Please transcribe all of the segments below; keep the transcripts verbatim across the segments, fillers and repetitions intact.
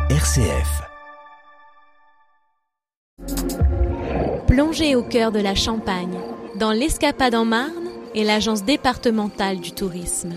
R C F. Plongez au cœur de la Champagne, dans l'Escapade en Marne et l'Agence départementale du tourisme.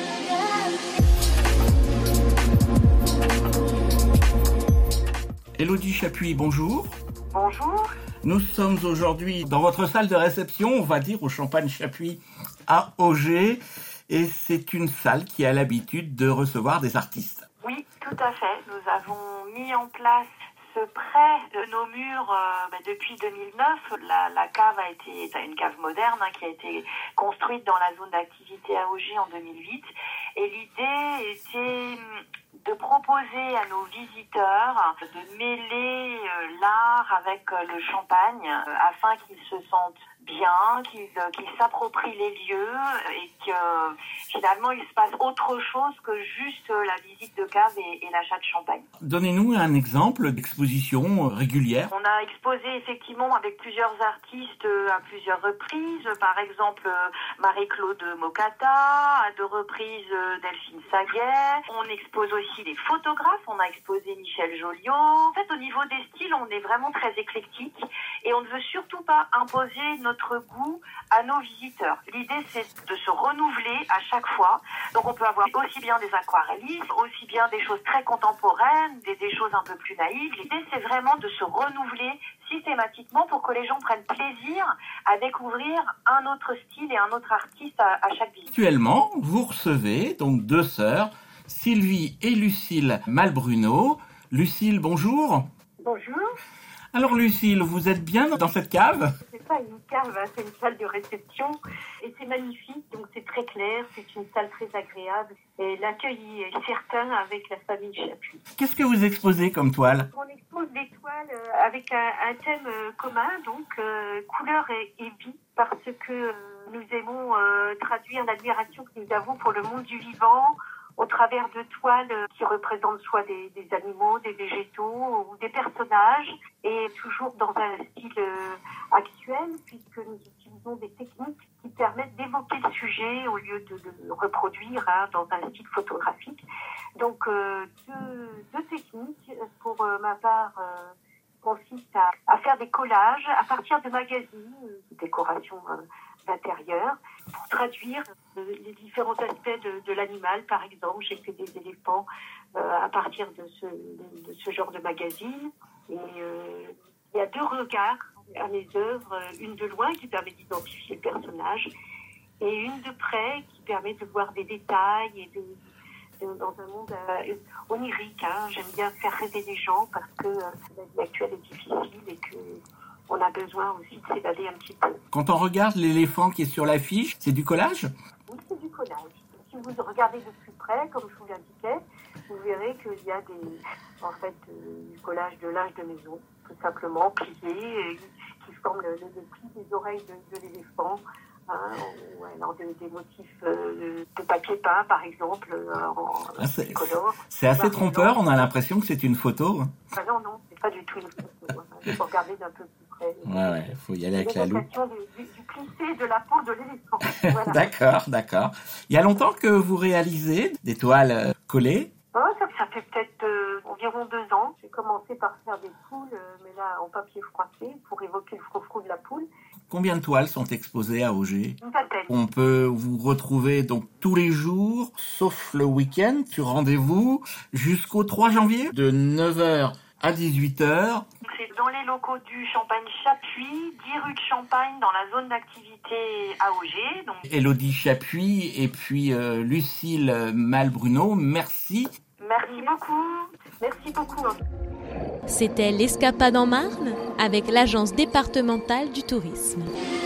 Élodie Chapuis, bonjour. Bonjour. Nous sommes aujourd'hui dans votre salle de réception, on va dire, au Champagne Chapuis à Auger. Et c'est une salle qui a l'habitude de recevoir des artistes. Oui, tout à fait. Nous avons mis en place ce prêt de nos murs euh, bah, depuis deux mille neuf. La, la cave a été c'est une cave moderne hein, qui a été construite dans la zone d'activité à Auger en deux mille huit. Et l'idée était de proposer à nos visiteurs de mêler euh, l'art avec euh, le champagne euh, afin qu'ils se sentent bien, qu'ils, euh, qu'ils s'approprient les lieux et que euh, finalement il se passe autre chose que juste euh, la visite de cave et, et l'achat de champagne. Donnez-nous un exemple d'exposition régulière. On a exposé effectivement avec plusieurs artistes euh, à plusieurs reprises, par exemple euh, Marie-Claude Mocata, à deux reprises euh, Delphine Saguet. On expose aussi des photographes, on a exposé Michel Joliot. En fait, au niveau des styles, on est vraiment très éclectique et on ne veut surtout pas imposer notre goût à nos visiteurs. L'idée, c'est de se renouveler à chaque fois. Donc, on peut avoir aussi bien des aquarellistes, aussi bien des choses très contemporaines, des, des choses un peu plus naïves. L'idée, c'est vraiment de se renouveler systématiquement pour que les gens prennent plaisir à découvrir un autre style et un autre artiste à, à chaque visite. Actuellement, vous recevez donc deux sœurs, Sylvie et Lucille Malbruno. Lucille, bonjour. Bonjour. Alors Lucille, vous êtes bien dans cette cave ? C'est pas une cave, hein, c'est une salle de réception et c'est magnifique, donc c'est très clair, c'est une salle très agréable et l'accueil est certain avec la famille Chapuis. Qu'est-ce que vous exposez comme toile ? On expose des toiles euh, avec un, un thème euh, commun, donc euh, couleur et, et vie, parce que euh, nous aimons euh, traduire l'admiration que nous avons pour le monde du vivant au travers de toiles qui représentent soit des, des animaux, des végétaux ou des personnages, et toujours dans un style euh, actuel, puisque nous utilisons des techniques qui permettent d'évoquer le sujet au lieu de le reproduire hein, dans un style photographique. Donc, euh, deux, deux techniques, pour euh, ma part, euh, consistent à, à faire des collages à partir de magazines, euh, décorations euh, d'intérieur, pour traduire euh, les différents aspects de, de l'animal. Par exemple, j'ai fait des éléphants euh, à partir de ce, de, de ce genre de magazine. Et euh, il y a deux regards à mes œuvres, une de loin qui permet d'identifier le personnage et une de près qui permet de voir des détails et de, de dans un monde euh, onirique. Hein. J'aime bien faire rêver les gens parce que euh, la vie actuelle est difficile et que on a besoin aussi de s'évader un petit peu. Quand on regarde l'éléphant qui est sur l'affiche, c'est du collage ? Oui, c'est du collage. Si vous regardez de plus près, comme je vous l'indiquais, vous verrez qu'il y a des, en fait, euh, du collage de linge de maison, tout simplement plié, euh, qui forme le, le, le pli des oreilles de, de l'éléphant. Hein, ou alors des, des motifs euh, de papier peint, par exemple, euh, en ah, c'est, colore. C'est assez trompeur, on a l'impression que c'est une photo. Ah non, non, c'est pas du tout une photo. Hein. Il faut regarder d'un peu plus près. Ouais, ouais, il faut y aller avec la loupe. Du, du, du plissé de la peau de l'éléphant. Voilà. D'accord, d'accord. Il y a longtemps que vous réalisez des toiles collées ? Oh, ça, ça fait peut-être euh, environ deux ans. J'ai commencé par faire des poules, euh, mais là en papier froissé, pour évoquer le frou-frou de la poule. Combien de toiles sont exposées à Auger ? Une vingtaine. On peut vous retrouver donc tous les jours, sauf le week-end, sur rendez-vous, jusqu'au trois janvier, de neuf heures à dix-huit heures. C'est dans les locaux du Champagne Chapuis, dix rue de Champagne, dans la zone d'activité à Auger. Donc... Élodie Chapuis et puis euh, Lucille Malbruno, merci. Merci beaucoup. Merci beaucoup. C'était l'Escapade en Marne avec l'Agence départementale du tourisme.